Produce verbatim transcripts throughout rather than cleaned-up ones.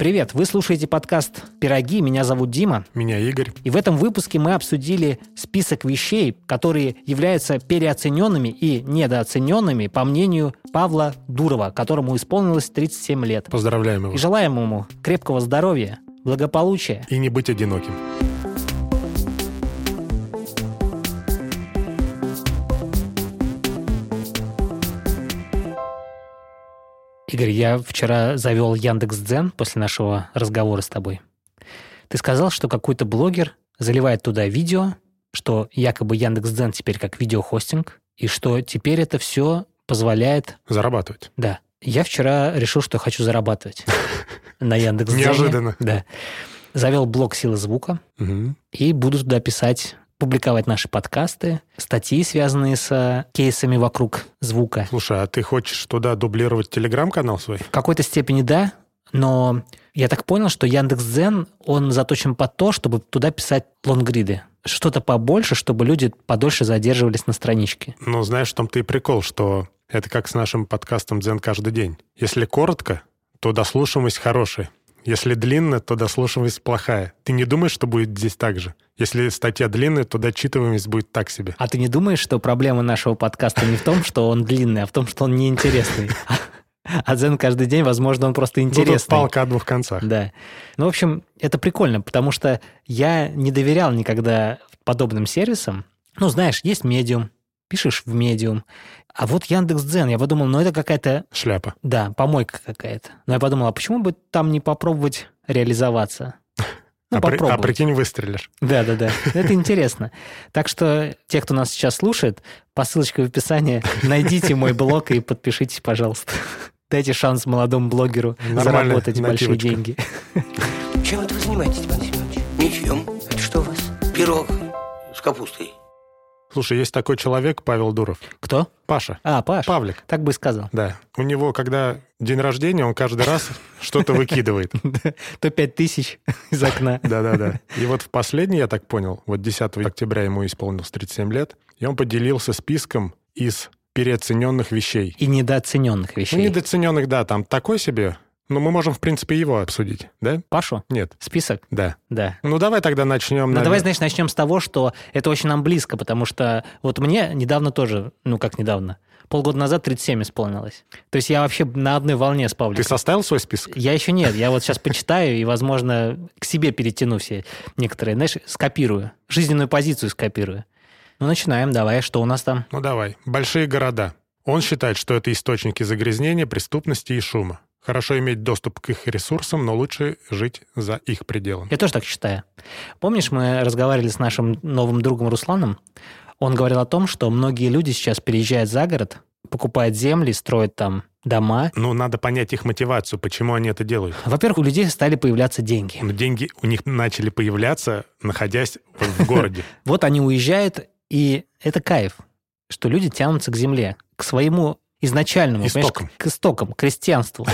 Привет, вы слушаете подкаст «Пироги», меня зовут Дима. Меня Игорь. И в этом выпуске мы обсудили список вещей, которые являются переоцененными и недооцененными, по мнению Павла Дурова, которому исполнилось тридцать семь лет. Поздравляем его. И желаем ему крепкого здоровья, благополучия. И не быть одиноким. Игорь, я вчера завел Яндекс.Дзен после нашего разговора с тобой. Ты сказал, что какой-то блогер заливает туда видео, что якобы Яндекс.Дзен теперь как видеохостинг, и что теперь это все позволяет... Зарабатывать. Да. Я вчера решил, что хочу зарабатывать на Яндекс.Дзене. Неожиданно. Да. Завел блог «Сила звука» и буду туда писать... публиковать наши подкасты, статьи, связанные с кейсами вокруг звука. Слушай, а ты хочешь туда дублировать телеграм-канал свой? В какой-то степени да, но я так понял, что Яндекс.Дзен, он заточен под то, чтобы туда писать лонгриды. Что-то побольше, чтобы люди подольше задерживались на страничке. Ну, знаешь, в том-то и прикол, что это как с нашим подкастом «Дзен каждый день». Если коротко, то дослушиваемость хорошая. Если длинно, то дослушиваемость плохая. Ты не думаешь, что будет здесь так же? Если статья длинная, то дочитываемость будет так себе. А ты не думаешь, что проблема нашего подкаста не в том, что он длинный, а в том, что он неинтересный? А «Дзен каждый день», возможно, он просто интересный. Ну, тут палка о двух концах. Да. Ну, в общем, это прикольно, потому что я не доверял никогда подобным сервисам. Ну, знаешь, есть Medium, пишешь в Medium. А вот Яндекс.Дзен, я подумал, ну, это какая-то... Шляпа. Да, помойка какая-то. Но я подумал, а почему бы там не попробовать реализоваться? Ну, а, при, а прикинь, выстрелишь. Да-да-да, это интересно. Так что те, кто нас сейчас слушает, по ссылочке в описании найдите мой блог и подпишитесь, пожалуйста. Дайте шанс молодому блогеру заработать большие деньги. Чем это вы занимаетесь, Иван Семенович? Ничем. Это что у вас? Пирог с капустой. Слушай, есть такой человек, Павел Дуров. Кто? Паша. А, Паша. Павлик. Так бы и сказал. Да. У него, когда день рождения, он каждый раз что-то выкидывает. То пять тысяч из окна. Да-да-да. И вот в последний, я так понял, вот десятого октября ему исполнилось тридцать семь лет, и он поделился списком из переоцененных вещей. И недооцененных вещей. Ну, недооцененных, да, там такой себе. Но мы можем, в принципе, его обсудить, да? Пашу? Нет. Список? Да. Да. Ну, давай тогда начнем. Ну, наверное... давай, значит, начнем с того, что это очень нам близко, потому что вот мне недавно тоже, ну, как недавно, полгода назад тридцать семь исполнилось. То есть я вообще на одной волне с Павликом. Ты составил свой список? Я еще нет. Я вот сейчас почитаю и, возможно, к себе перетяну все некоторые, знаешь, скопирую. Жизненную позицию скопирую. Ну, начинаем. Давай. Что у нас там? Ну, давай. Большие города. Он считает, что это источники загрязнения, преступности и шума. Хорошо иметь доступ к их ресурсам, но лучше жить за их пределами. Я тоже так считаю. Помнишь, мы разговаривали с нашим новым другом Русланом? Он говорил о том, что многие люди сейчас переезжают за город, покупают земли, строят там дома. Ну, надо понять их мотивацию, почему они это делают. Во-первых, у людей стали появляться деньги. Но деньги у них начали появляться, находясь в городе. Вот они уезжают, и это кайф, что люди тянутся к земле, к своему... изначальному, истокам. К истокам, к крестьянству.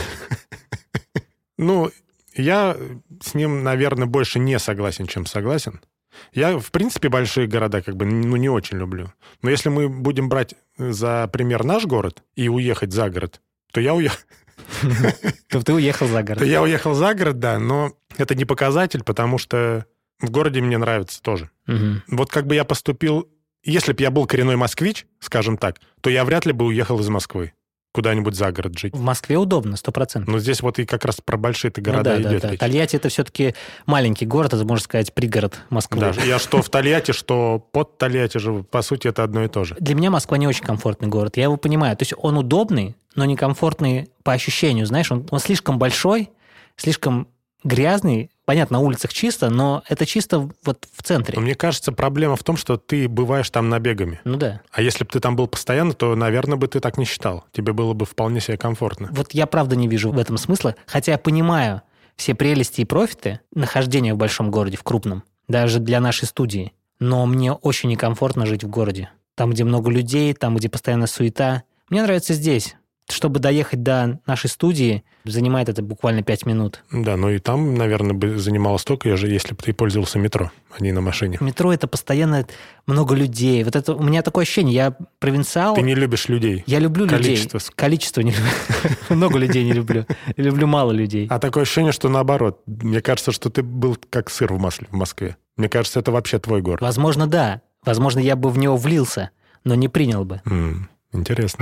Ну, я с ним, наверное, больше не согласен, чем согласен. Я, в принципе, большие города как бы ну, не очень люблю. Но если мы будем брать за пример наш город и уехать за город, то я уехал... То ты уехал за город. Я уехал за город, да, но это не показатель, потому что в городе мне нравится тоже. Вот как бы я поступил... Если бы я был коренной москвич, скажем так, то я вряд ли бы уехал из Москвы куда-нибудь за город жить. В Москве удобно, сто процентов. Но здесь вот и как раз про большие-то города ну, да, идет да, да. речь. Тольятти — это все-таки маленький город, это, можно сказать, пригород Москвы. Да, я что в Тольятти, что под Тольятти живу, по сути, это одно и то же. Для меня Москва не очень комфортный город, я его понимаю. То есть он удобный, но не комфортный по ощущению, знаешь, он, он слишком большой, слишком грязный. Понятно, на улицах чисто, но это чисто вот в центре. Но мне кажется, проблема в том, что ты бываешь там набегами. Ну да. А если бы ты там был постоянно, то, наверное, бы ты так не считал. Тебе было бы вполне себе комфортно. Вот я правда не вижу в этом смысла, хотя я понимаю все прелести и профиты нахождения в большом городе, в крупном, даже для нашей студии. Но мне очень некомфортно жить в городе. Там, где много людей, там, где постоянно суета. Мне нравится здесь. чтобы доехать до нашей студии, занимает это буквально пять минут. Да, ну и там, наверное, бы занимало столько, если бы ты пользовался метро, а не на машине. Метро — это постоянно много людей. Вот это у меня такое ощущение, я провинциал. Ты не любишь людей. Я люблю Количество. людей. Количество не люблю. Много людей не люблю. Люблю мало людей. А такое ощущение, что наоборот. Мне кажется, что ты был как сыр в масле в Москве. Мне кажется, это вообще твой город. Возможно, да. Возможно, я бы в него влился, но не принял бы. М, интересно.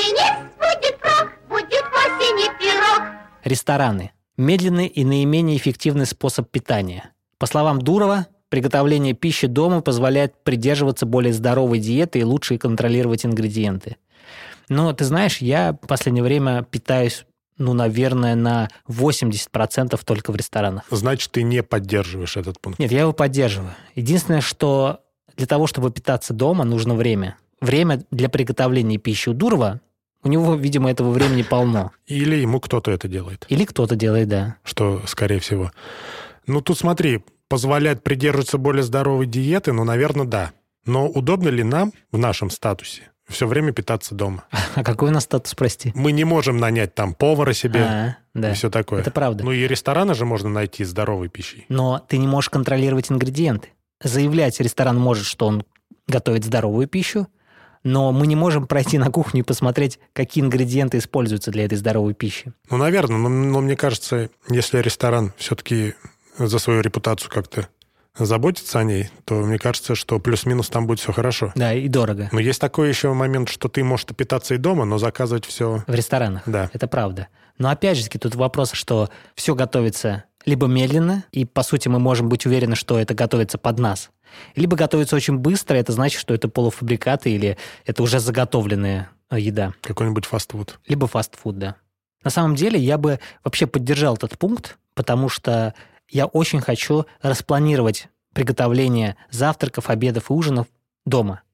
Рестораны. Медленный и наименее эффективный способ питания. По словам Дурова, приготовление пищи дома позволяет придерживаться более здоровой диеты и лучше контролировать ингредиенты. Но ты знаешь, я в последнее время питаюсь, ну, наверное, на восемьдесят процентов только в ресторанах. Значит, ты не поддерживаешь этот пункт. Нет, я его поддерживаю. Единственное, что для того, чтобы питаться дома, нужно время. Время для приготовления пищи у Дурова, у него, видимо, этого времени полно. Или ему кто-то это делает. Или кто-то делает, да. Что, скорее всего. Ну, тут смотри, позволяет придерживаться более здоровой диеты, ну, наверное, да. Но удобно ли нам в нашем статусе все время питаться дома? А какой у нас статус, прости? Мы не можем нанять там повара себе А, да. и все такое. Это правда. Ну, и рестораны же можно найти с здоровой пищей. Но ты не можешь контролировать ингредиенты. Заявлять ресторан может, что он готовит здоровую пищу, но мы не можем пройти на кухню и посмотреть, какие ингредиенты используются для этой здоровой пищи. Ну, наверное, но, но мне кажется, если ресторан все-таки за свою репутацию как-то заботится о ней, то мне кажется, что плюс-минус там будет все хорошо. Да, и дорого. Но есть такой еще момент, что ты можешь питаться и дома, но заказывать все... В ресторанах. Да. Это правда. Но опять же, тут вопрос, что все готовится либо медленно, и, по сути, мы можем быть уверены, что это готовится под нас, либо готовится очень быстро, это значит, что это полуфабрикаты или это уже заготовленная еда. Какой-нибудь фастфуд. Либо фастфуд, да. На самом деле, я бы вообще поддержал этот пункт, потому что я очень хочу распланировать приготовление завтраков, обедов и ужинов дома.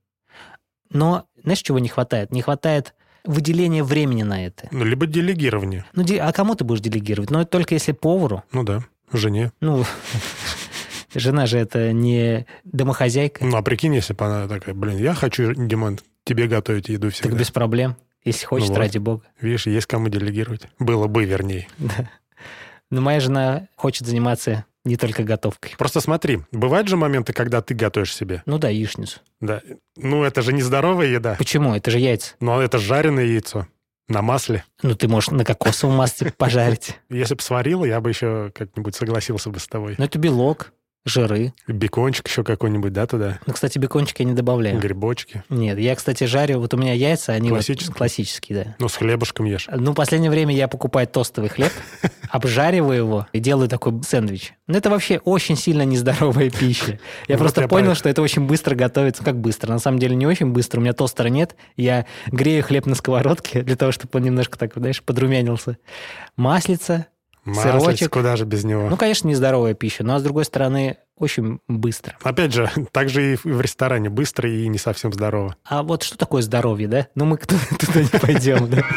Но знаешь, чего не хватает? Не хватает выделения времени на это. Ну, либо делегирование. Ну, а кому ты будешь делегировать? Ну, это только если повару. Ну да, жене. Ну, жена же это не домохозяйка. Ну, а прикинь, если бы она такая, блин, я хочу, Димон, тебе готовить еду всегда. Так без проблем, если хочет, ну вот. Ради бога. Видишь, есть кому делегировать. Было бы, вернее. Да. Но моя жена хочет заниматься не только готовкой. Просто смотри, бывают же моменты, когда ты готовишь себе. Ну да, яичницу. Да. Ну, это же не здоровая еда. Почему? Это же яйца. Ну, это жареное яйцо на масле. Ну, ты можешь на кокосовом масле пожарить. Если бы сварила, я бы еще как-нибудь согласился бы с тобой. Ну, это белок, жиры. Бекончик еще какой-нибудь, да, туда? Ну, кстати, бекончик я не добавляю. Грибочки. Нет, я, кстати, жарю, вот у меня яйца, они Классические? Вот классические, да. Ну, с хлебушком ешь. Ну, в последнее время я покупаю тостовый хлеб, обжариваю его и делаю такой сэндвич. Но это вообще очень сильно нездоровая пища. Я Вот просто я понял, понял. что это очень быстро готовится. Как быстро? На самом деле не очень быстро. У меня тостера нет. Я грею хлеб на сковородке для того, чтобы он немножко так, знаешь, подрумянился. Маслица, Маслица, сырочек. куда же без него? Ну, конечно, нездоровая пища, но, с другой стороны, очень быстро. Опять же, так же и в ресторане. Быстро и не совсем здорово. А вот что такое здоровье, да? Ну, мы туда, туда не пойдем, да?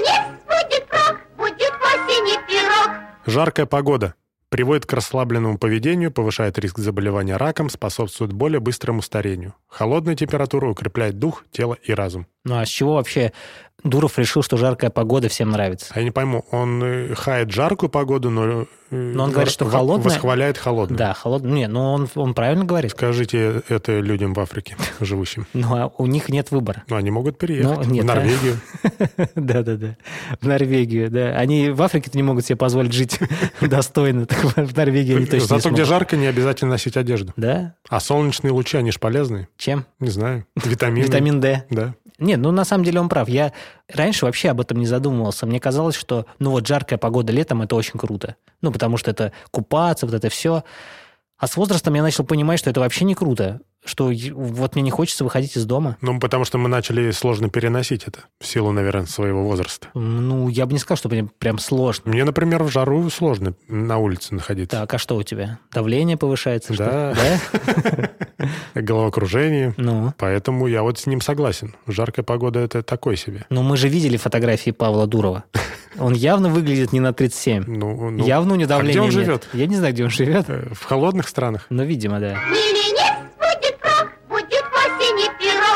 Жаркая погода приводит к расслабленному поведению, повышает риск заболевания раком, способствует более быстрому старению. Холодная температура укрепляет дух, тело и разум. Ну, а с чего вообще Дуров решил, что жаркая погода всем нравится? А я не пойму, он э, хает жаркую погоду, но, э, Но он говорит, что в- холодная- восхваляет холодную. Да, холодная. Не, ну он, он правильно говорит. Скажите это людям в Африке живущим. Ну, а у них нет выбора. Ну, они могут переехать Ну, нет, в да. Норвегию. Да-да-да. В Норвегию, да. Они в Африке-то не могут себе позволить жить достойно. Так в Норвегии они точно не Зато где смогут. жарко, не обязательно носить одежду. Да? А солнечные лучи, они же полезные. Чем? Не знаю. Витамины. Витамин D. Да. Нет, ну на самом деле он прав. Я раньше вообще об этом не задумывался. Мне казалось, что ну вот жаркая погода летом – это очень круто. Ну потому что это купаться, вот это все. А с возрастом я начал понимать, что это вообще не круто. Что е- вот мне не хочется выходить из дома. Ну, потому что мы начали сложно переносить это в силу, наверное, своего возраста. Ну, я бы не сказал, что мне прям сложно. Мне, например, в жару сложно на улице находиться. Так, а что у тебя? Давление повышается? Да. Что? Да? Головокружение. Ну? Поэтому я вот с ним согласен. Жаркая погода – это такой себе. Ну, мы же видели фотографии Павла Дурова. Он явно выглядит не на тридцать семь. Ну, ну, Явно у него а давления где он нет. живет? Я не знаю, где он живет. Э, В холодных странах. Но, видимо, да.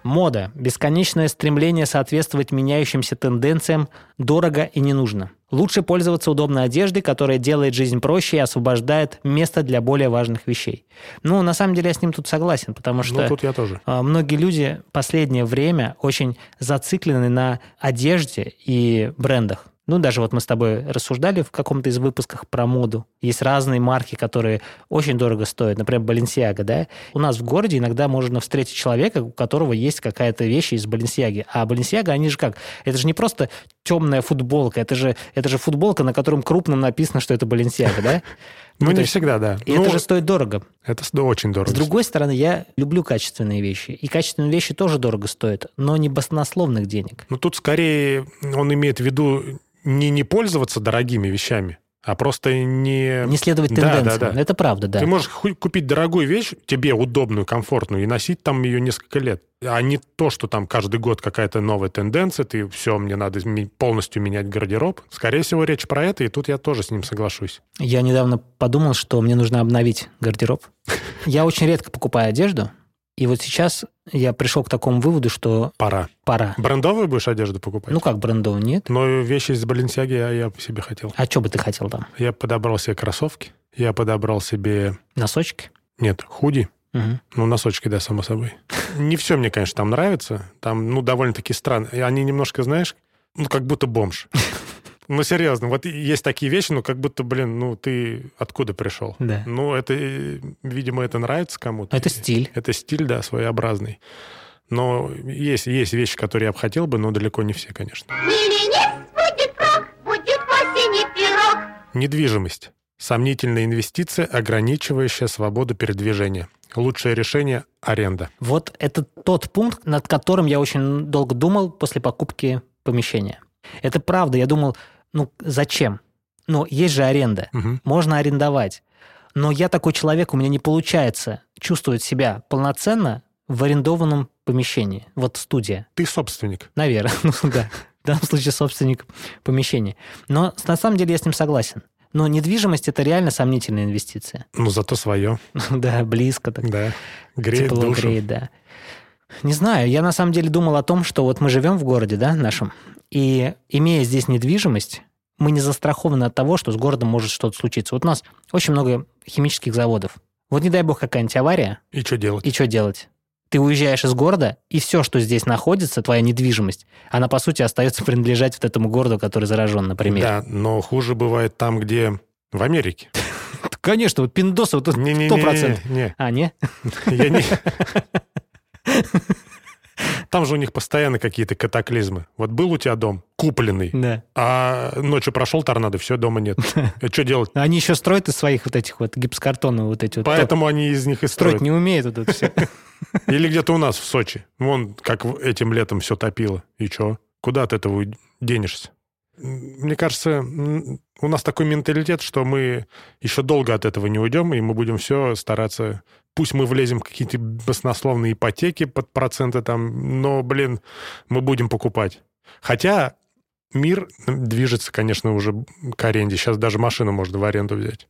Мода. Бесконечное стремление соответствовать меняющимся тенденциям дорого и не нужно. Лучше пользоваться удобной одеждой, которая делает жизнь проще и освобождает место для более важных вещей. Ну, на самом деле, я с ним тут согласен, потому что Ну, тут я тоже. многие люди в последнее время очень зациклены на одежде и брендах. Ну, даже вот мы с тобой рассуждали в каком-то из выпусках про моду. Есть разные марки, которые очень дорого стоят. Например, Balenciaga, да? У нас в городе иногда можно встретить человека, у которого есть какая-то вещь из Balenciaga. А Balenciaga, они же как? Это же не просто темная футболка, это же, это же футболка, на котором крупно написано, что это Balenciaga, да? Ну, не есть- всегда, да. И Ну, это же стоит дорого. это с- да, очень дорого. С другой стороны, я люблю качественные вещи. И качественные вещи тоже дорого стоят, но не баснословных денег. Ну, тут скорее он имеет в виду не, не пользоваться дорогими вещами, а просто не... Не следовать Да, тенденциям. да, да. Это правда, да. Ты можешь ху- купить дорогую вещь, тебе удобную, комфортную, и носить там ее несколько лет. А не то, что там каждый год какая-то новая тенденция, ты все, мне надо ми- полностью менять гардероб. Скорее всего, речь про это, и тут я тоже с ним соглашусь. Я недавно подумал, что мне нужно обновить гардероб. Я очень редко покупаю одежду, и вот сейчас я пришел к такому выводу, что Пора. пора. Брендовую будешь одежду покупать? Ну как брендовую, нет? Но вещи из Balenciaga я, я по себе хотел. А что бы ты хотел там? Я подобрал себе кроссовки, я подобрал себе... Носочки? Нет, худи. Мгм. Ну, носочки, да, само собой. Не все мне, конечно, там нравится. Там, ну, довольно-таки странно. И они немножко, знаешь, ну, как будто бомж. Ну, серьезно, вот есть такие вещи, ну, как будто, блин, ну, ты откуда пришел? Да. Ну, это, э, видимо, это нравится кому-то. Это стиль. Это стиль, да, своеобразный. Но есть, есть вещи, которые я бы хотел бы, но далеко не все, конечно. Миленец будет крок, будет осенний пирог. Недвижимость. Сомнительная инвестиция, ограничивающая свободу передвижения. Лучшее решение – аренда. Вот это тот пункт, над которым я очень долго думал после покупки помещения. Это правда. Я думал, ну, зачем? Ну, есть же аренда. Мгм. Можно арендовать. Но я такой человек, у меня не получается чувствовать себя полноценно в арендованном помещении. Вот студия, Ты собственник. наверное. Ну да, в данном случае собственник помещения. Но с- на самом деле я с ним согласен. Но недвижимость – это реально сомнительная инвестиция. Ну, зато свое. Да, близко так. Да. Греет Тепло душу. греет, да. Не знаю, я на самом деле думал о том, что вот мы живем в городе, да, нашем, и имея здесь недвижимость, мы не застрахованы от того, что с городом может что-то случиться. Вот у нас очень много химических заводов. Вот не дай бог какая-нибудь авария, И что делать? и что делать? Ты уезжаешь из города, и все, что здесь находится, твоя недвижимость, она, по сути, остается принадлежать вот этому городу, который заражен, например. Да, но хуже бывает там, где... В Америке. Конечно, вот пиндосы, вот тут Не-не-не, сто процентов. не. А, не? Я не... Там же у них постоянно какие-то катаклизмы. Вот был у тебя дом купленный, Да. а ночью прошел торнадо, все, дома нет. Что делать? Они еще строят из своих вот этих вот гипсокартонов вот эти вот. Поэтому они из них и Строить строят. не умеют вот это все. Или где-то у нас в Сочи. Вон, как в- этим летом все топило. И что? Куда от этого уй- денешься? М, Мне кажется, м, у нас такой менталитет, что мы еще долго от этого не уйдем, и мы будем все стараться... Пусть мы влезем в какие-то баснословные ипотеки под проценты там, но, блин, мы будем покупать. Хотя мир движется, конечно, уже к аренде. Сейчас даже машину можно в аренду взять.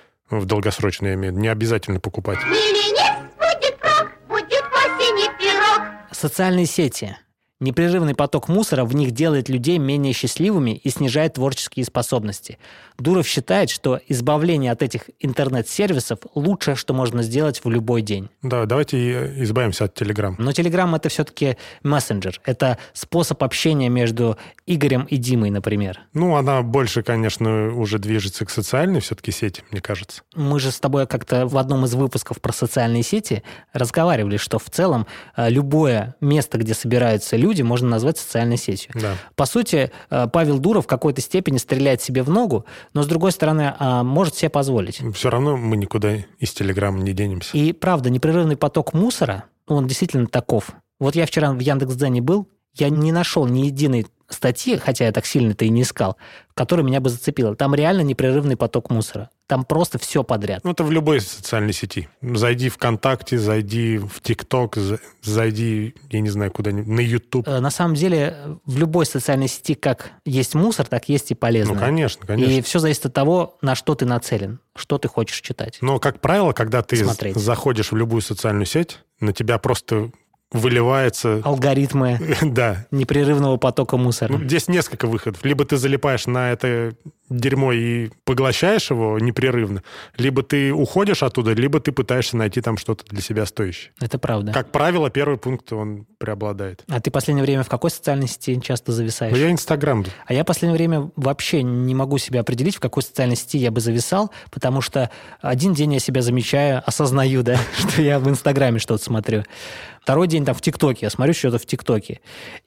В долгосрочную, я имею в виду. Не обязательно покупать. Миленец будет крок, будет осенний пирог. Социальные сети. Непрерывный поток мусора в них делает людей менее счастливыми и снижает творческие способности. Дуров считает, что избавление от этих интернет-сервисов лучшее, что можно сделать в любой день. Да, давайте и избавимся от Телеграм. Но Telegram — это все-таки мессенджер. Это способ общения между Игорем и Димой, например. Ну, она больше, конечно, уже движется к социальной все-таки сети, мне кажется. Мы же с тобой как-то в одном из выпусков про социальные сети разговаривали, что в целом э, любое место, где собираются люди, можно назвать социальной сетью. Да. По сути, э, Павел Дуров в какой-то степени стреляет себе в ногу, но, с другой стороны, а, может себе позволить. Все равно мы никуда из Телеграма не денемся. И правда, непрерывный поток мусора, он действительно таков. Вот я вчера в Яндекс.Дзене был, я не нашел ни единой статьи, хотя я так сильно-то и не искал, которая меня бы зацепила. Там реально непрерывный поток мусора. Там просто все подряд. Ну, это в любой социальной сети. Зайди ВКонтакте, зайди в ТикТок, за- зайди, я не знаю, куда-нибудь, на Ютуб. Э, На самом деле, в любой социальной сети как есть мусор, так есть и полезное. Ну, конечно, конечно. И все зависит от того, на что ты нацелен, что ты хочешь читать. Но, как правило, когда ты Смотреть. заходишь в любую социальную сеть, на тебя просто выливается... Алгоритмы Да. непрерывного потока мусора. Ну, здесь несколько выходов. Либо ты залипаешь на это дерьмо и поглощаешь его непрерывно, либо ты уходишь оттуда, либо ты пытаешься найти там что-то для себя стоящее. Это правда. Как правило, первый пункт, он преобладает. А ты в последнее время в какой социальной сети часто зависаешь? Ну, я Инстаграм. А я в последнее время вообще не могу себя определить, в какой социальной сети я бы зависал, потому что один день я себя замечаю, осознаю, да, что я в Инстаграме что-то смотрю. Второй день там в ТикТоке, я смотрю что-то в ТикТоке.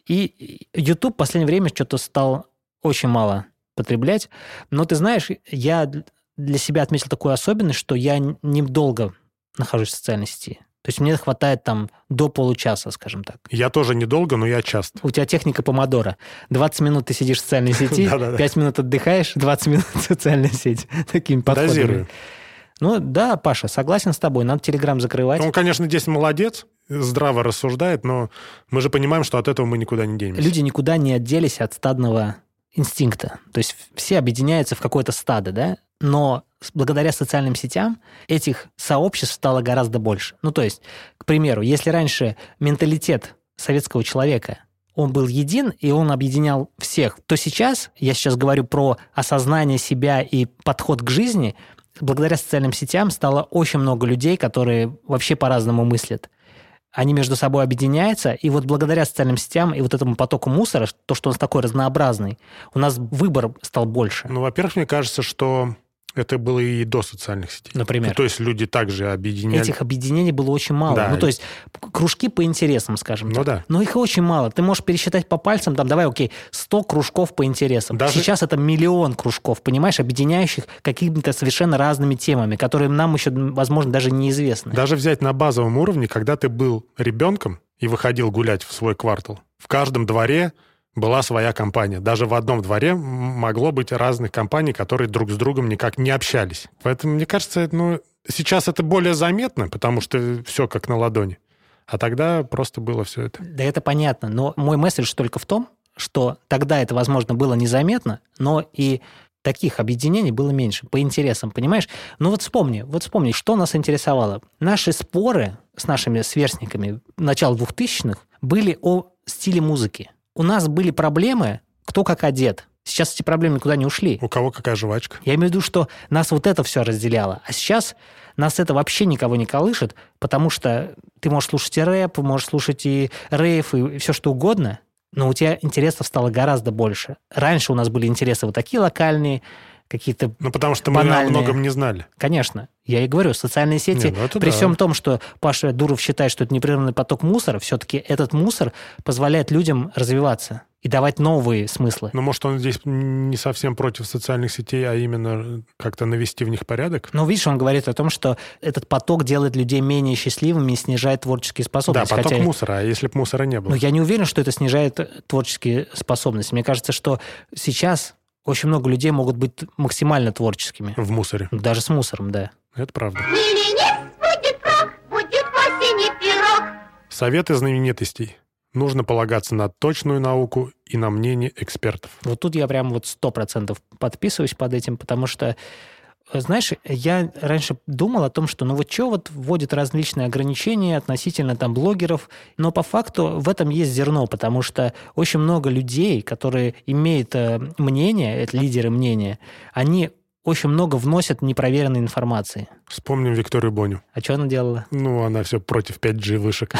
И YouTube в последнее время что-то стал очень мало потреблять. Но ты знаешь, я для себя отметил такую особенность, что я недолго нахожусь в социальной сети. То есть мне хватает там до получаса, скажем так. Я тоже недолго, но я часто. У тебя техника помодоро. двадцать минут ты сидишь в социальной сети, пять минут отдыхаешь, двадцать минут в социальной сети. Такими подходами. Дозирую. Ну да, Паша, согласен с тобой. Надо Телеграм закрывать. Он, конечно, здесь молодец, здраво рассуждает, но мы же понимаем, что от этого мы никуда не денемся. Люди никуда не отделись от стадного инстинкта. То есть все объединяются в какое-то стадо, да? Но благодаря социальным сетям этих сообществ стало гораздо больше. Ну, то есть, к примеру, если раньше менталитет советского человека, он был един, и он объединял всех, то сейчас, я сейчас говорю про осознание себя и подход к жизни, благодаря социальным сетям стало очень много людей, которые вообще по-разному мыслят. Они между собой объединяются, и вот благодаря социальным сетям и вот этому потоку мусора, то, что он такой разнообразный, у нас выбор стал больше. Ну, во-первых, мне кажется, что это было и до социальных сетей. Например? Ну, то есть люди также объединяли. Этих объединений было очень мало. Да. Ну, то есть кружки по интересам, скажем Ну, так. да. Но их очень мало. Ты можешь пересчитать по пальцам, там, давай, окей, сто кружков по интересам. Даже... Сейчас это миллион кружков, понимаешь, объединяющих какими-то совершенно разными темами, которые нам еще, возможно, даже неизвестны. Даже взять на базовом уровне, когда ты был ребенком и выходил гулять в свой квартал, в каждом дворе была своя компания. Даже в одном дворе могло быть разных компаний, которые друг с другом никак не общались. Поэтому, мне кажется, ну, сейчас это более заметно, потому что все как на ладони. А тогда просто было все это. Да это понятно, но мой месседж только в том, что тогда это, возможно, было незаметно, но и таких объединений было меньше, по интересам, понимаешь? Ну вот вспомни, вот вспомни, что нас интересовало. Наши споры с нашими сверстниками начала двухтысячных были о стиле музыки. У нас были проблемы, кто как одет. Сейчас эти проблемы никуда не ушли. У кого какая жвачка. Я имею в виду, что нас вот это все разделяло. А сейчас нас это вообще никого не колышет, потому что ты можешь слушать и рэп, можешь слушать и рейв, и все что угодно, но у тебя интересов стало гораздо больше. Раньше у нас были интересы вот такие локальные, какие-то Ну, потому что банальные. мы о многом не знали. Конечно. Я и говорю, социальные сети, Не, ну это при да. всем том, что Паша Дуров считает, что это непрерывный поток мусора, все-таки этот мусор позволяет людям развиваться и давать новые смыслы. Ну, может, он здесь не совсем против социальных сетей, а именно как-то навести в них порядок? Но видишь, он говорит о том, что этот поток делает людей менее счастливыми и снижает творческие Да, способности. поток Хотя... мусора, а если бы мусора не было? Но я не уверен, что это снижает творческие способности. Мне кажется, что сейчас очень много людей могут быть максимально творческими. В мусоре. Даже с мусором, да. Это правда. Миленец будет крок, будет в осени пирог. Советы знаменитостей. Нужно полагаться на точную науку и на мнение экспертов. Вот тут я прям вот сто процентов подписываюсь под этим, потому что, знаешь, я раньше думал о том, что ну вот что вот вводят различные ограничения относительно там блогеров, но по факту в этом есть зерно, потому что очень много людей, которые имеют мнение, это лидеры мнения, они очень много вносят непроверенной информации. Вспомним Викторию Боню. А что она делала? Ну, она все против пять джи вышек.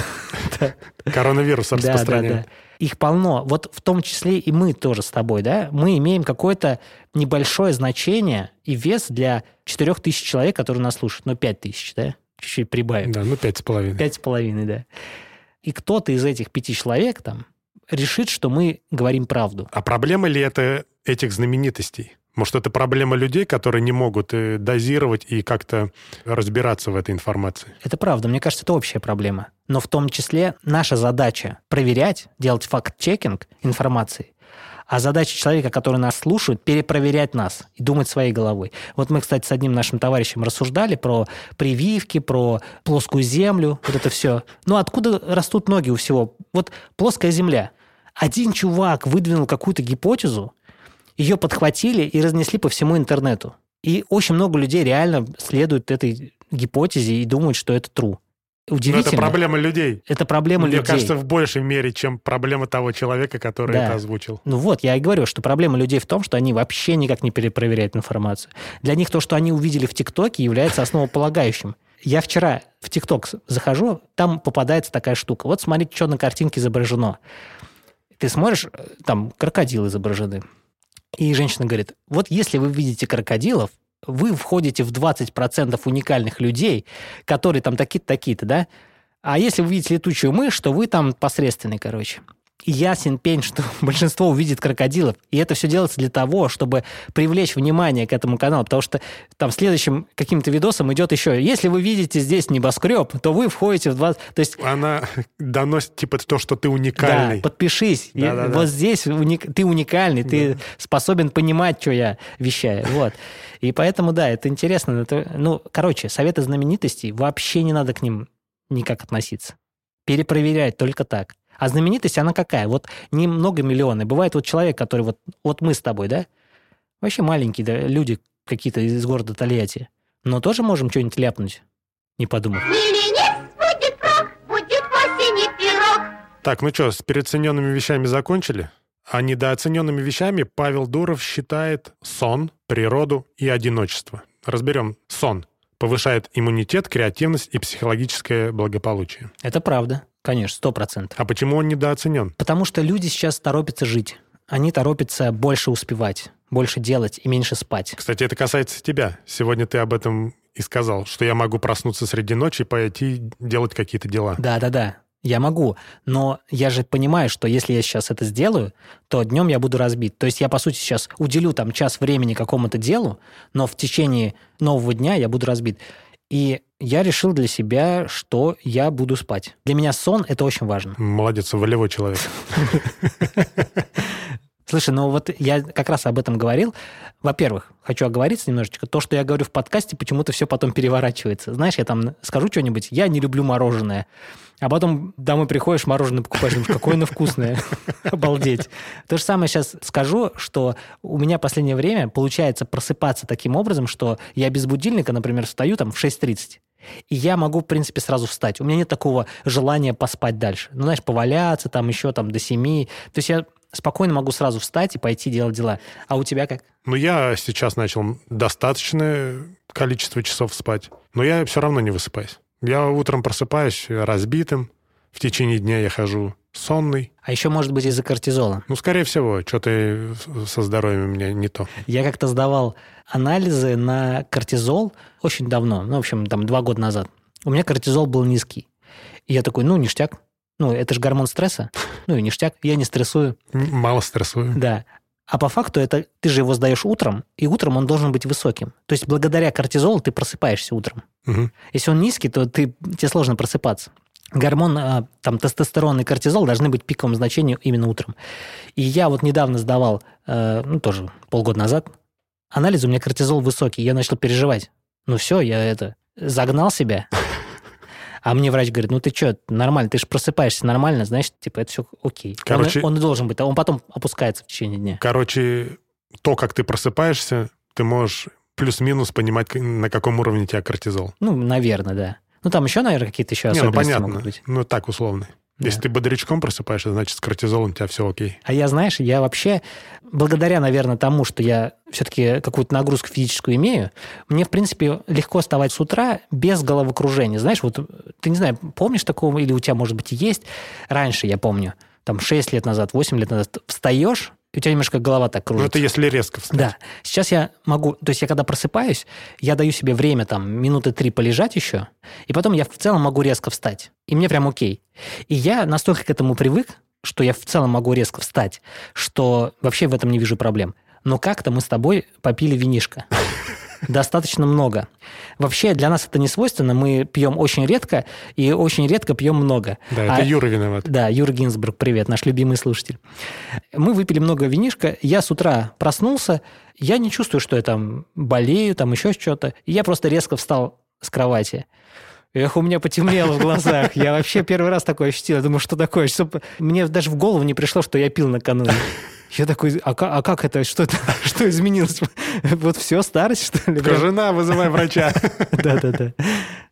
Коронавирус Да, да, распространяет. да. Их полно. Вот в том числе и мы тоже с тобой, да? Мы имеем какое-то небольшое значение и вес для четырех тысяч человек, которые нас слушают. Ну, пять тысяч, да? Чуть-чуть прибавим. Да, ну пять с половиной. Пять с половиной, да. И кто-то из этих пяти человек там решит, что мы говорим правду. А проблема ли это этих знаменитостей? Может, это проблема людей, которые не могут э, дозировать и как-то разбираться в этой информации? Это правда. Мне кажется, это общая проблема. Но в том числе наша задача проверять, делать факт-чекинг информации, а задача человека, который нас слушает, перепроверять нас и думать своей головой. Вот мы, кстати, с одним нашим товарищем рассуждали про прививки, про плоскую землю, вот это все. Ну, откуда растут ноги у всего? Вот плоская земля. Один чувак выдвинул какую-то гипотезу, ее подхватили и разнесли по всему интернету. И очень много людей реально следуют этой гипотезе и думают, что это true. удивительно. Но это проблема людей. Это проблема Мне людей. кажется, в большей мере, чем проблема того человека, который Да. это озвучил. Ну вот, я и говорю, что проблема людей в том, что они вообще никак не перепроверяют информацию. Для них то, что они увидели в ТикТоке, является основополагающим. Я вчера в ТикТок захожу, там попадается такая штука. Вот смотрите, что на картинке изображено. Ты смотришь, там крокодилы изображены. И женщина говорит, вот если вы видите крокодилов, вы входите в двадцать процентов уникальных людей, которые там такие-то, такие-то, да? А если вы видите летучую мышь, то вы там посредственный, короче. И ясен пень, что большинство увидит крокодилов. И это все делается для того, чтобы привлечь внимание к этому каналу. Потому что там следующим каким-то видосом идет еще, если вы видите здесь небоскреб, то вы входите в двадцать... То есть... Она доносит типа то, что ты уникальный. Да, подпишись. Да, да, вот да. здесь уник... ты уникальный, ты Да. способен понимать, что я вещаю. Вот. И поэтому, да, это интересно. Это... Ну, короче, советы знаменитостей, вообще не надо к ним никак относиться. Перепроверять только так. А знаменитость, она какая? Вот не многомиллионная. Бывает вот человек, который вот, вот мы с тобой, да? Вообще маленькие да, люди какие-то из города Тольятти. Но тоже можем что-нибудь ляпнуть, не подумав. Миленец будет фрог, будет осенний пирог. Так, ну что, с переоцененными вещами закончили? А недооцененными вещами Павел Дуров считает сон, природу и одиночество. Разберем. Сон повышает иммунитет, креативность и психологическое благополучие. Это правда, конечно, сто процентов. А почему он недооценен? Потому что люди сейчас торопятся жить. Они торопятся больше успевать, больше делать и меньше спать. Кстати, это касается тебя. Сегодня ты об этом и сказал, что я могу проснуться среди ночи и пойти делать какие-то дела. Да-да-да, я могу. Но я же понимаю, что если я сейчас это сделаю, то днем я буду разбит. То есть я, по сути, сейчас уделю там час времени какому-то делу, но в течение нового дня я буду разбит. И я решил для себя, что я буду спать. Для меня сон – это очень важно. Молодец, волевой человек. Слушай, ну вот я как раз об этом говорил. Во-первых, хочу оговориться немножечко. То, что я говорю в подкасте, почему-то все потом переворачивается. Знаешь, я там скажу что-нибудь, я не люблю мороженое. А потом домой приходишь, мороженое покупаешь, думаешь, какое оно вкусное. Обалдеть. То же самое сейчас скажу, что у меня в последнее время получается просыпаться таким образом, что я без будильника, например, встаю там в шесть тридцать. И я могу, в принципе, сразу встать. У меня нет такого желания поспать дальше. Ну, знаешь, поваляться там еще там до семи. То есть я спокойно могу сразу встать и пойти делать дела. А у тебя как? Ну, я сейчас начал достаточное количество часов спать, но я все равно не высыпаюсь. Я утром просыпаюсь разбитым, в течение дня я хожу сонный. А еще, может быть, из-за кортизола. Ну, скорее всего, что-то со здоровьем у меня не то. Я как-то сдавал анализы на кортизол очень давно, ну, в общем, там, два года назад. У меня кортизол был низкий. И я такой, ну, ништяк. Ну, это же гормон стресса. Ну, и ништяк. Я не стрессую. Мало стрессую. Да. А по факту это ты же его сдаешь утром, и утром он должен быть высоким. То есть благодаря кортизолу ты просыпаешься утром. Угу. Если он низкий, то ты, тебе сложно просыпаться. Гормон, там, тестостерон и кортизол должны быть в пиковом значении именно утром. И я вот недавно сдавал, ну, тоже полгода назад, анализ, у меня кортизол высокий, я начал переживать. Ну, все, я это загнал себя. А мне врач говорит, ну ты что, нормально, ты же просыпаешься нормально, знаешь, типа это все окей. Короче, он, он и должен быть, а он потом опускается в течение дня. Короче, то, как ты просыпаешься, ты можешь плюс-минус понимать, на каком уровне у тебя кортизол. Ну, наверное, да. Ну, там еще, наверное, какие-то еще Не, ну особенности понятно. могут быть. Ну, так условно. Да. Если ты бодрячком просыпаешься, значит, с кортизолом у тебя все окей. А я, знаешь, я вообще, благодаря, наверное, тому, что я все-таки какую-то нагрузку физическую имею, мне, в принципе, легко вставать с утра без головокружения. Знаешь, вот ты, не знаю, помнишь такого, или у тебя, может быть, и есть? Раньше, я помню, там шесть лет назад, восемь лет назад, встаешь, и у тебя немножко голова так кружится. Ну, это если резко встать. Да. Сейчас я могу... То есть я когда просыпаюсь, я даю себе время, там, минуты три полежать еще, и потом я в целом могу резко встать. И мне прям окей. И я настолько к этому привык, что я в целом могу резко встать, что вообще в этом не вижу проблем. Но как-то мы с тобой попили винишко. Достаточно много. Вообще для нас это не свойственно. Мы пьем очень редко и очень редко пьем много. Да, это а, Юра виноват. Да, Юра Гинзбург, привет, наш любимый слушатель. Мы выпили много винишка. Я с утра проснулся, я не чувствую, что я там болею, там еще что-то. Я просто резко встал с кровати. Эх, у меня потемнело в глазах. Я вообще первый раз такое ощутил. Я думаю, что такое? Что... Мне даже в голову не пришло, что я пил накануне. Я такой, а, а как это? Что это? Что изменилось? Вот все, старость, что ли? Жена, вызывай врача. Да-да-да.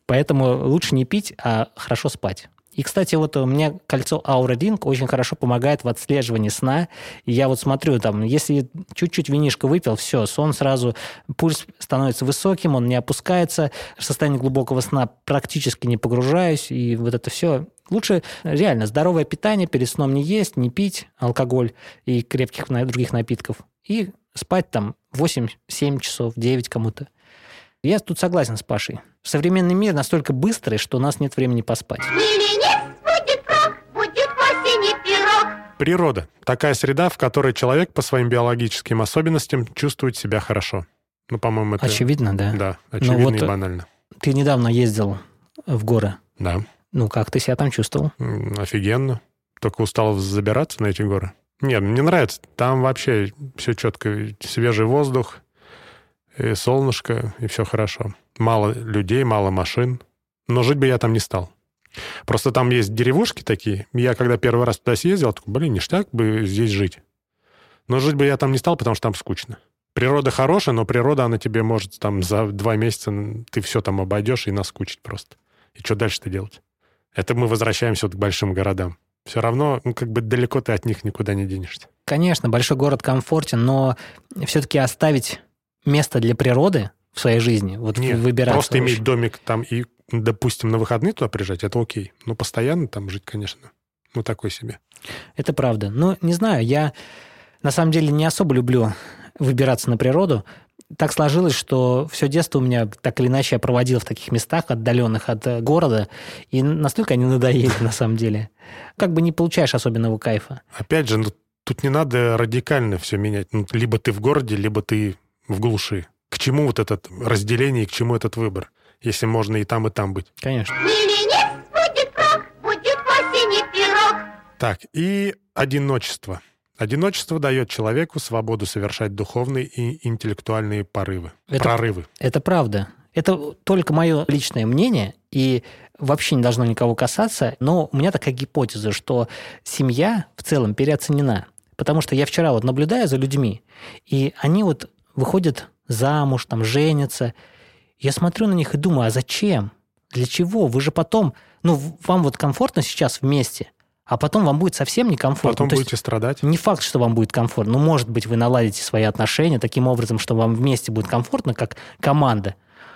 Поэтому лучше не пить, а хорошо спать. И, кстати, вот у меня кольцо Aura Ring очень хорошо помогает в отслеживании сна. И я вот смотрю, там, если чуть-чуть винишко выпил, все, сон сразу, пульс становится высоким, он не опускается, в состояние глубокого сна практически не погружаюсь, и вот это все. Лучше реально здоровое питание, перед сном не есть, не пить алкоголь и крепких других напитков. И спать там восемь-семь часов, девять кому-то. Я тут согласен с Пашей. Современный мир настолько быстрый, что у нас нет времени поспать. Будет фрог, будет в осени пирог. Природа. Такая среда, в которой человек по своим биологическим особенностям чувствует себя хорошо. Ну, по-моему, это... Очевидно, да. Да, очевидно вот и банально. Ты недавно ездил в горы. Да. Ну, как ты себя там чувствовал? М, Офигенно. Только устал забираться на эти горы. Нет, мне нравится. Там вообще все четко. Свежий воздух, и солнышко, и все хорошо. Мало людей, мало машин. Но жить бы я там не стал. Просто там есть деревушки такие. Я когда первый раз туда съездил, такой, блин, ништяк бы здесь жить. Но жить бы я там не стал, потому что там скучно. Природа хорошая, но природа, она тебе может там за два месяца ты все там обойдешь и наскучить просто. И что дальше-то делать? Это мы возвращаемся вот к большим городам. Все равно, ну, как бы далеко ты от них никуда не денешься. Конечно, большой город комфортен, но все-таки оставить место для природы в своей жизни, вот Нет, выбираться. просто очень. иметь домик там и, допустим, на выходные туда приезжать, это окей. Но постоянно там жить, конечно, ну, такой себе. Это правда. Ну, не знаю, я на самом деле не особо люблю выбираться на природу. Так сложилось, что все детство у меня так или иначе я проводил в таких местах, отдаленных от города, и настолько они надоели на самом деле. Как бы не получаешь особенного кайфа. Опять же, ну, тут не надо радикально все менять. Ну, либо ты в городе, либо ты в глуши. К чему вот это разделение и к чему этот выбор, если можно и там, и там быть? Конечно. Будет фрог, будет в осени пирог. Так, и одиночество. Одиночество дает человеку свободу совершать духовные и интеллектуальные порывы, Это- прорывы. Это правда. Это только мое личное мнение, и вообще не должно никого касаться, но у меня такая гипотеза, что семья в целом переоценена. Потому что я вчера вот наблюдаю за людьми, и они вот выходят замуж, там, женятся. Я смотрю на них и думаю, а зачем? Для чего? Вы же потом... Ну, вам вот комфортно сейчас вместе, а потом вам будет совсем некомфортно. Потом То есть будете страдать. не факт, что вам будет комфортно. Ну, может быть, вы наладите свои отношения таким образом, что вам вместе будет комфортно, как команда.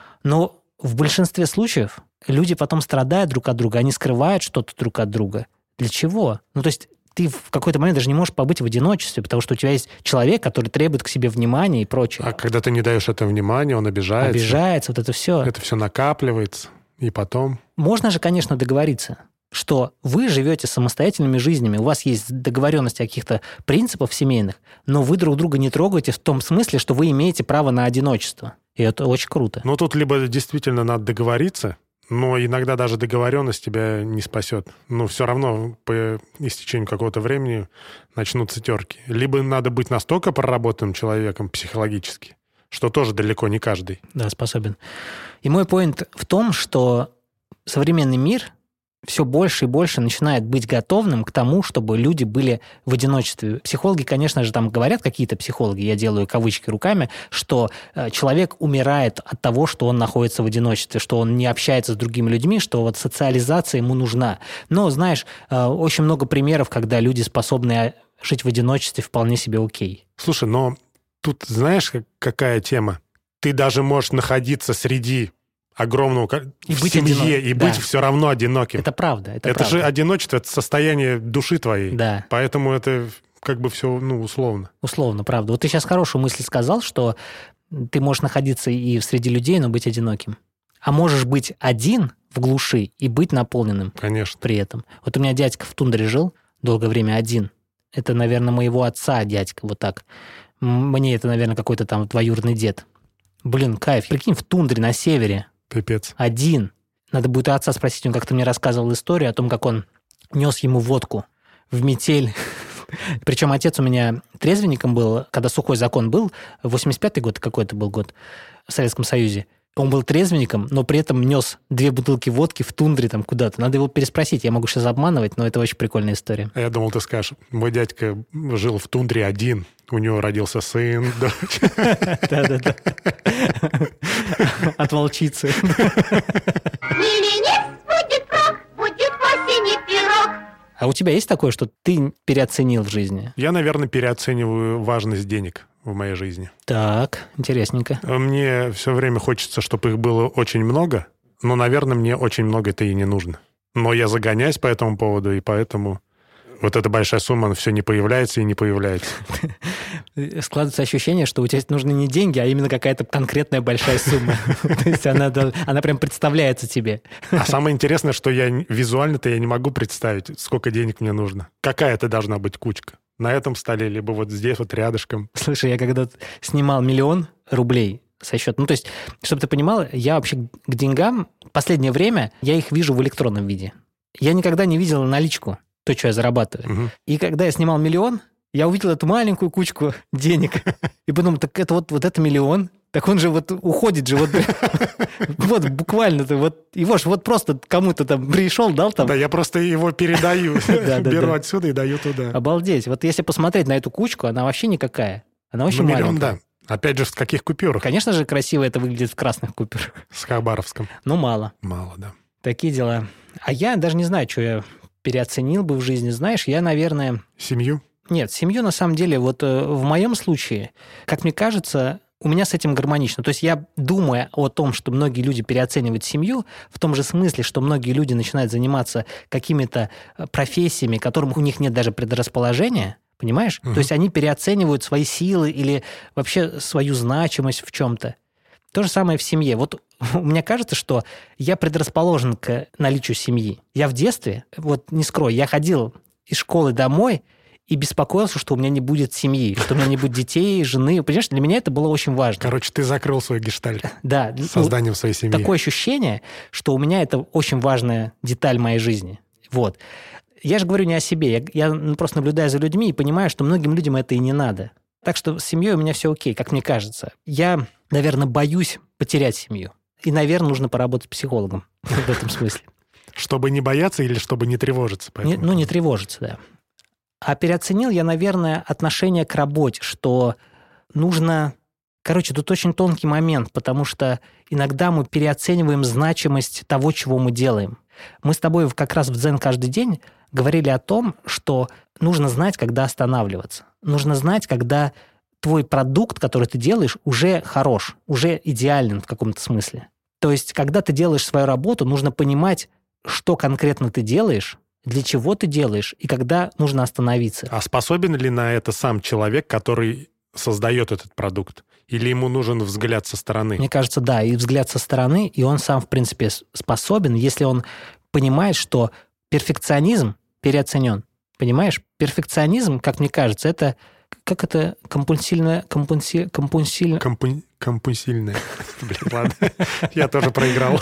Но в большинстве случаев люди потом страдают друг от друга, они скрывают что-то друг от друга. Для чего? Ну, то есть ты в какой-то момент даже не можешь побыть в одиночестве, потому что у тебя есть человек, который требует к себе внимания и прочее. А когда ты не даешь это внимания, он обижается. Обижается, вот это все. Это все накапливается. И потом... Можно же, конечно, договориться, что вы живете самостоятельными жизнями, у вас есть договоренности о каких-то принципах семейных, но вы друг друга не трогаете в том смысле, что вы имеете право на одиночество. И это очень круто. Ну, тут либо действительно надо договориться, но иногда даже договоренность тебя не спасет. Ну, все равно по истечению какого-то времени начнутся терки. Либо надо быть настолько проработанным человеком психологически, что тоже далеко не каждый. Да, способен. И мой поинт в том, что современный мир все больше и больше начинает быть готовым к тому, чтобы люди были в одиночестве. Психологи, конечно же, там говорят, какие-то психологи, я делаю кавычки руками, что э, человек умирает от того, что он находится в одиночестве, что он не общается с другими людьми, что вот социализация ему нужна. Но, знаешь, э, очень много примеров, когда люди способны жить в одиночестве вполне себе окей. Слушай, но тут знаешь, как- какая тема? Ты даже можешь находиться среди огромного ко- И в быть семье одино- и да. быть все равно одиноким. Это правда. Это, Это правда. же одиночество, это состояние души твоей. Да. Поэтому это как бы все, ну, условно. Условно, правда. Вот ты сейчас хорошую мысль сказал, что ты можешь находиться и среди людей, но быть одиноким. А можешь быть один в глуши и быть наполненным Конечно. при этом. Вот у меня дядька в тундре жил долгое время один. Это, наверное, моего отца дядька, вот так. М, Мне это, наверное, какой-то там двоюродный дед. Блин, кайф. Прикинь, в тундре на севере Пипец. один. Надо будет у отца спросить, он как-то мне рассказывал историю о том, как он нес ему водку в метель. Причем отец у меня трезвенником был, когда сухой закон был, восемьдесят пятый год, какой-то был год в Советском Союзе. Он был трезвенником, но при этом нес две бутылки водки в тундре там куда-то. Надо его переспросить, я могу сейчас обманывать, но это очень прикольная история. А я думал, ты скажешь, мой дядька жил в тундре один, у него родился сын, дочь. Да-да-да. от волчицы. Миленец, будет фрог, будет в осени пирог. А у тебя есть такое, что ты переоценил в жизни? Я, наверное, переоцениваю важность денег в моей жизни. Так, интересненько. Мне все время хочется, чтобы их было очень много, но, наверное, мне очень много это и не нужно. Но я загоняюсь по этому поводу, и поэтому вот эта большая сумма, она все не появляется и не появляется. Складывается ощущение, что у тебя нужны не деньги, а именно какая-то конкретная большая сумма. То есть она, она прям представляется тебе. А самое интересное, что я визуально-то я не могу представить, сколько денег мне нужно. Какая это должна быть кучка? На этом столе, либо вот здесь вот рядышком. Слушай, я когда снимал миллион рублей со счета, ну то есть, чтобы ты понимал, я вообще к деньгам в последнее время, я их вижу в электронном виде. Я никогда не видел наличку, то, что я зарабатываю. Угу. И когда я снимал миллион, я увидел эту маленькую кучку денег и подумал, так это вот, вот это миллион, так он же вот уходит же вот, вот буквально-то, вот его ж вот просто кому-то там пришел, дал там. Да, я просто его передаю, беру отсюда и даю туда. Обалдеть. Вот если посмотреть на эту кучку, она вообще никакая. Она очень маленькая. Миллион, да. Опять же, в каких купюрах? Конечно же, красиво это выглядит в красных купюрах. С Хабаровском. Ну, мало. Мало, да. Такие дела. А я даже не знаю, что я переоценил бы в жизни. Знаешь, я, наверное... Семью? Нет, семью, на самом деле, вот в моем случае, как мне кажется, у меня с этим гармонично. То есть я, думая о том, что многие люди переоценивают семью, в том же смысле, что многие люди начинают заниматься какими-то профессиями, которым у них нет даже предрасположения, понимаешь? Uh-huh. То есть они переоценивают свои силы или вообще свою значимость в чем-то. То же самое в семье. Вот мне кажется, что я предрасположен к наличию семьи. Я в детстве, вот не скрою, я ходил из школы домой и беспокоился, что у меня не будет семьи, что у меня не будет детей, жены. Понимаешь, для меня это было очень важно. Короче, ты закрыл свой гештальт. Да. Созданием ну, своей семьи. Такое ощущение, что у меня это очень важная деталь моей жизни. Вот. Я же говорю не о себе. Я, я просто наблюдаю за людьми и понимаю, что многим людям это и не надо. Так что с семьей у меня все окей, как мне кажется. Я, наверное, боюсь потерять семью. И, наверное, нужно поработать психологом в этом смысле. Чтобы не бояться или чтобы не тревожиться? Не, ну, не тревожиться, да. А переоценил я, наверное, отношение к работе, что нужно... Короче, тут очень тонкий момент, потому что иногда мы переоцениваем значимость того, чего мы делаем. Мы с тобой как раз в «Дзен каждый день» говорили о том, что нужно знать, когда останавливаться. Нужно знать, когда твой продукт, который ты делаешь, уже хорош, уже идеален в каком-то смысле. То есть, когда ты делаешь свою работу, нужно понимать, что конкретно ты делаешь, для чего ты делаешь, и когда нужно остановиться. А способен ли на это сам человек, который создает этот продукт? Или ему нужен взгляд со стороны? Мне кажется, да, и взгляд со стороны, и он сам, в принципе, способен, если он понимает, что перфекционизм переоценен. Понимаешь? Перфекционизм, как мне кажется, это... Как это? Компульсивное... Компульси, компульсивное... Компу, компульсивное. Блин, ладно. Я тоже проиграл.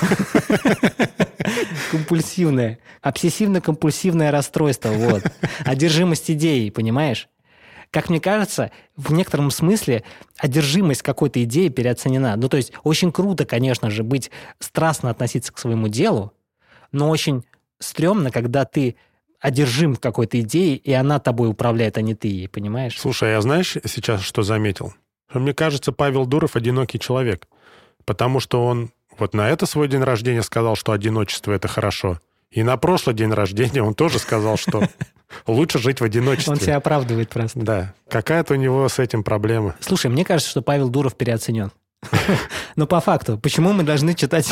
Компульсивное. Обсессивно-компульсивное расстройство. Вот. Одержимость идеей, понимаешь? Как мне кажется, в некотором смысле одержимость какой-то идеи переоценена. Ну, то есть очень круто, конечно же, быть страстно относиться к своему делу, но очень стрёмно, когда ты одержим какой-то идеей, и она тобой управляет, а не ты ей, понимаешь? Слушай, а знаешь сейчас, что заметил? Мне кажется, Павел Дуров одинокий человек, потому что он вот на это свой день рождения сказал, что одиночество – это хорошо. И на прошлый день рождения он тоже сказал, что лучше жить в одиночестве. Он себя оправдывает просто. Да. Какая-то у него с этим проблема. Слушай, мне кажется, что Павел Дуров переоценен. Но по факту, почему мы должны читать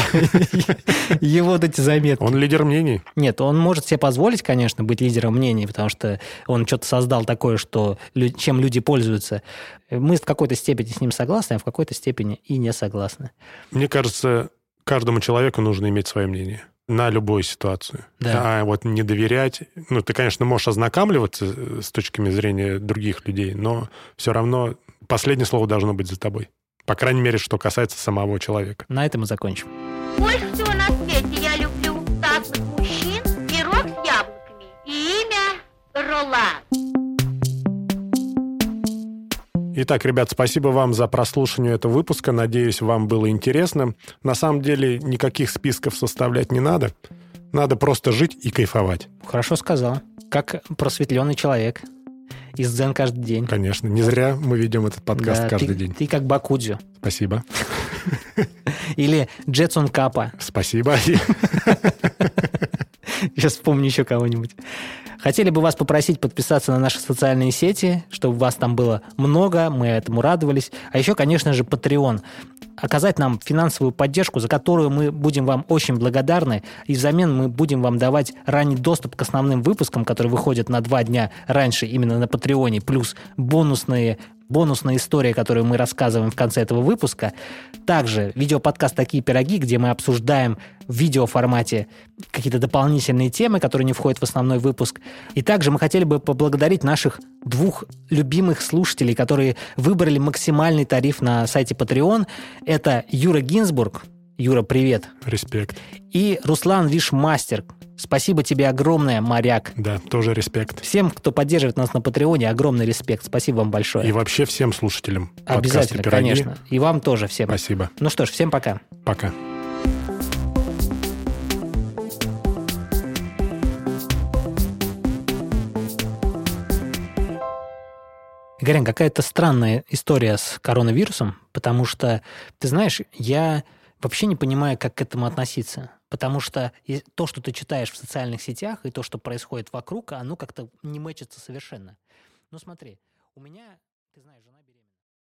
его вот эти заметки? Он лидер мнений. Нет, он может себе позволить, конечно, быть лидером мнений, потому что он что-то создал такое, что, чем люди пользуются. Мы в какой-то степени с ним согласны, а в какой-то степени и не согласны. Мне кажется, каждому человеку нужно иметь свое мнение на любую ситуацию. Да. А вот не доверять... Ну, ты, конечно, можешь ознакомливаться с точки зрения других людей, но все равно последнее слово должно быть за тобой. По крайней мере, что касается самого человека. На этом мы закончим. Больше всего на свете я люблю статных мужчин, пирог с яблоками и имя Ролан. Итак, ребят, спасибо вам за прослушивание этого выпуска. Надеюсь, вам было интересно. На самом деле, никаких списков составлять не надо. Надо просто жить и кайфовать. Хорошо сказал. Как просветленный человек. Из «Дзен каждый день». Конечно. Не зря мы ведем этот подкаст да, каждый ты, день. Ты как Бакудзю. Спасибо. Или Джетсон Капа. Спасибо. Сейчас вспомню еще кого-нибудь. Хотели бы вас попросить подписаться на наши социальные сети, чтобы вас там было много, мы этому радовались. А еще, конечно же, Patreon. Оказать нам финансовую поддержку, за которую мы будем вам очень благодарны, и взамен мы будем вам давать ранний доступ к основным выпускам, которые выходят на два дня раньше именно на Патреоне, плюс бонусные бонусная история, которую мы рассказываем в конце этого выпуска. Также видеоподкаст «Такие пироги», где мы обсуждаем в видеоформате какие-то дополнительные темы, которые не входят в основной выпуск. И также мы хотели бы поблагодарить наших двух любимых слушателей, которые выбрали максимальный тариф на сайте Patreon. Это Юра Гинзбург. Юра, привет. Респект. И Руслан Вишмастер. Спасибо тебе огромное, моряк. Да, тоже респект. Всем, кто поддерживает нас на Патреоне, огромный респект. Спасибо вам большое. И вообще всем слушателям. Обязательно, конечно. И вам тоже всем. Спасибо. Ну что ж, всем пока. Пока. Игорян, какая-то странная история с коронавирусом, потому что, ты знаешь, я вообще не понимаю, как к этому относиться. Потому что то, что ты читаешь в социальных сетях, и то, что происходит вокруг, оно как-то не мэчится совершенно. Ну смотри, у меня, ты знаешь, жена...